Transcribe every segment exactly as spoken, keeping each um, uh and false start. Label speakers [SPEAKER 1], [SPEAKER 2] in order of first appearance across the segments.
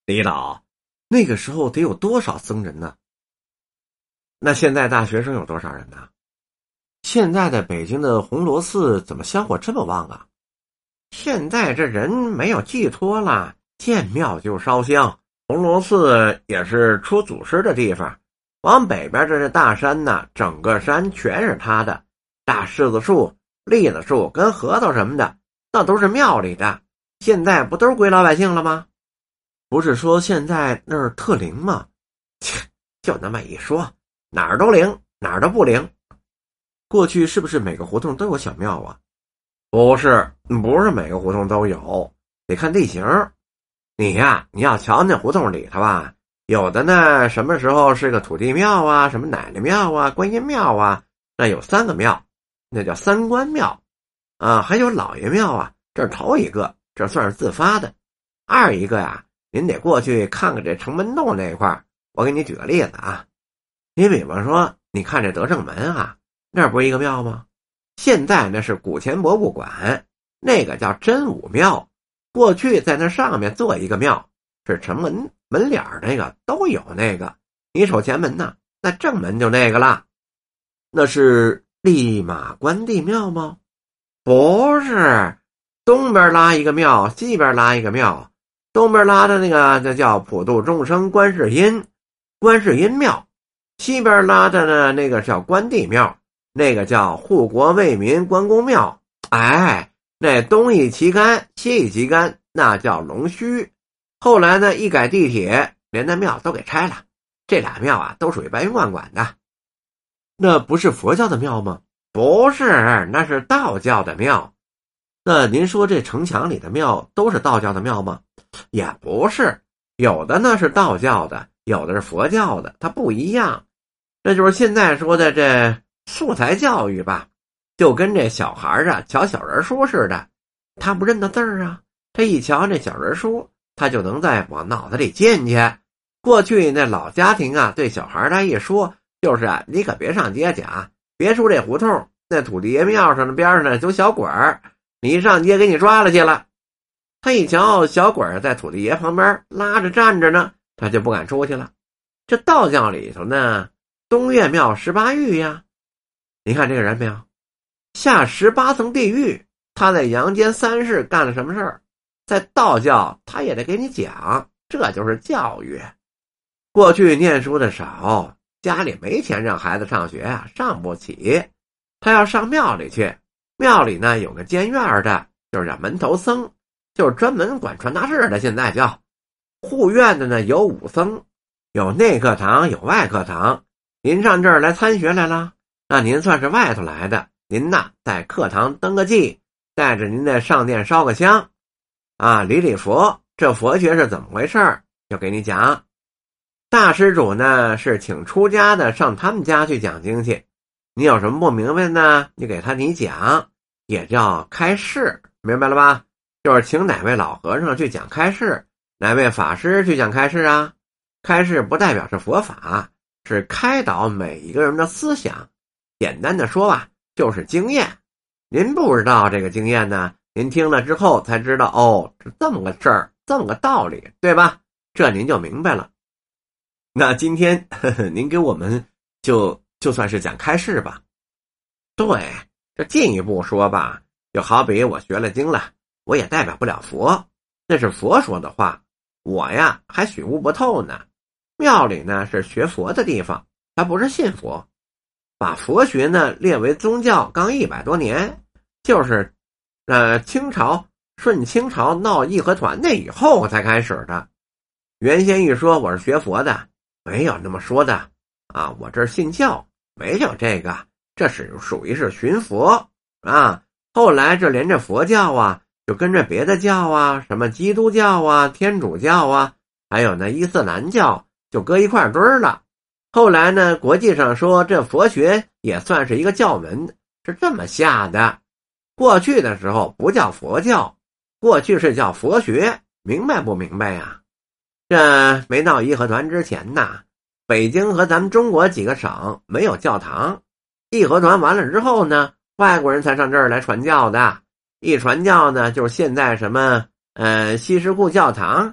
[SPEAKER 1] 李老，那个时候得有多少僧人呢？那现在大学生有多少人呢？现在的北京的红螺寺怎么香火这么旺啊？现在这人没有寄托了，见庙就烧香。红螺寺也是出祖师的地方，往北边这是大山呢，整个山全是他的，大柿子树、栗子树跟核桃什么的，那都是庙里的。现在不都是归老百姓了吗？不是说现在那儿特灵吗？切，就那么一说，哪儿都灵，哪儿都不灵。过去是不是每个胡同都有小庙啊？不是，不是每个胡同都有，得看地形。你呀，你要瞧那胡同里头吧，有的呢，什么时候是个土地庙啊，什么奶奶庙啊，观音庙啊，那有三个庙，那叫三官庙啊，还有老爷庙啊，这是头一个，这算是自发的。二一个呀，您得过去看看这城门洞那块儿。我给你举个例子啊，你比方说，你看这德胜门啊，那不是一个庙吗？现在那是古钱博物馆，那个叫真武庙。过去在那上面做一个庙，是城门门脸那个都有那个。你瞅前门呢，那正门就那个了。那是立马关帝庙吗？不是，东边拉一个庙，西边拉一个庙。东边拉的那个那叫普度众生观世音，观世音庙。西边拉的呢那个叫关帝庙，那个叫护国为民关公庙。哎，那东一旗杆西一旗杆，那叫龙须。后来呢一改地铁，连那庙都给拆了。这俩庙啊都属于白云观管的。那不是佛教的庙吗？不是，那是道教的庙。那您说这城墙里的庙都是道教的庙吗？也不是，有的呢是道教的，有的是佛教的，它不一样。这就是现在说的这素材教育吧，就跟这小孩啊瞧小人书似的，他不认得字儿啊，他一瞧这小人书，他就能再往脑子里进去。过去那老家庭啊，对小孩他一说，就是啊，你可别上街去啊，别出这胡同，那土地爷庙上的边上呢有小鬼儿，你一上街给你抓了去了。他一瞧小鬼儿在土地爷旁边拉着站着呢，他就不敢出去了。这道教里头呢，东岳庙十八狱呀，你看这个人没有？下十八层地狱，他在阳间三世干了什么事儿，在道教他也得给你讲，这就是教育。过去念书的少，家里没钱让孩子上学啊，上不起，他要上庙里去。庙里呢有个监院的，就是叫门头僧，就是专门管传达室的，现在叫护院的呢有五僧，有内课堂，有外课堂。您上这儿来参学来了，那您算是外头来的，您呐在课堂登个记，带着您的上殿烧个香啊，礼礼佛，这佛学是怎么回事就给你讲。大施主呢是请出家的上他们家去讲经去，你有什么不明白呢，你给他你讲，也叫开示，明白了吧？就是请哪位老和尚去讲开示，哪位法师去讲开示啊。开示不代表是佛法，是开导每一个人的思想，简单的说吧，就是经验。您不知道这个经验呢，您听了之后才知道，哦，是这么个事儿，这么个道理，对吧？这您就明白了。那今天呵呵您给我们就就算是讲开示吧。对，这进一步说吧，就好比我学了经了，我也代表不了佛，那是佛说的话，我呀还许悟不透呢。庙里呢是学佛的地方，它不是信佛，把佛学呢列为宗教刚一百多年，就是呃清朝顺清朝闹义和团那以后才开始的。原先一说我是学佛的，没有那么说的啊，我这信教没有这个，这是属于是寻佛啊。后来这连着佛教啊就跟着别的教啊，什么基督教啊、天主教啊，还有那伊斯兰教就搁一块堆儿了。后来呢国际上说这佛学也算是一个教门，是这么下的。过去的时候不叫佛教，过去是叫佛学，明白不明白呀？这没闹义和团之前呐，北京和咱们中国几个省没有教堂，义和团完了之后呢，外国人才上这儿来传教的。一传教呢，就是现在什么呃西什库教堂，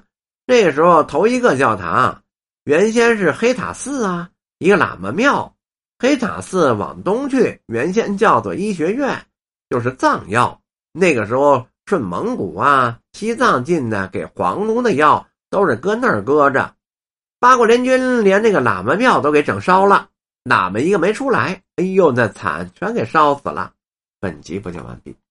[SPEAKER 1] 那个时候头一个教堂原先是黑塔寺啊，一个喇嘛庙。黑塔寺往东去，原先叫做医学院，就是藏药。那个时候顺蒙古啊、西藏进的，给黄奴的药都是搁那儿搁着。八国联军连那个喇嘛庙都给整烧了，喇嘛一个没出来，哎呦那惨，全给烧死了。本集播讲完毕。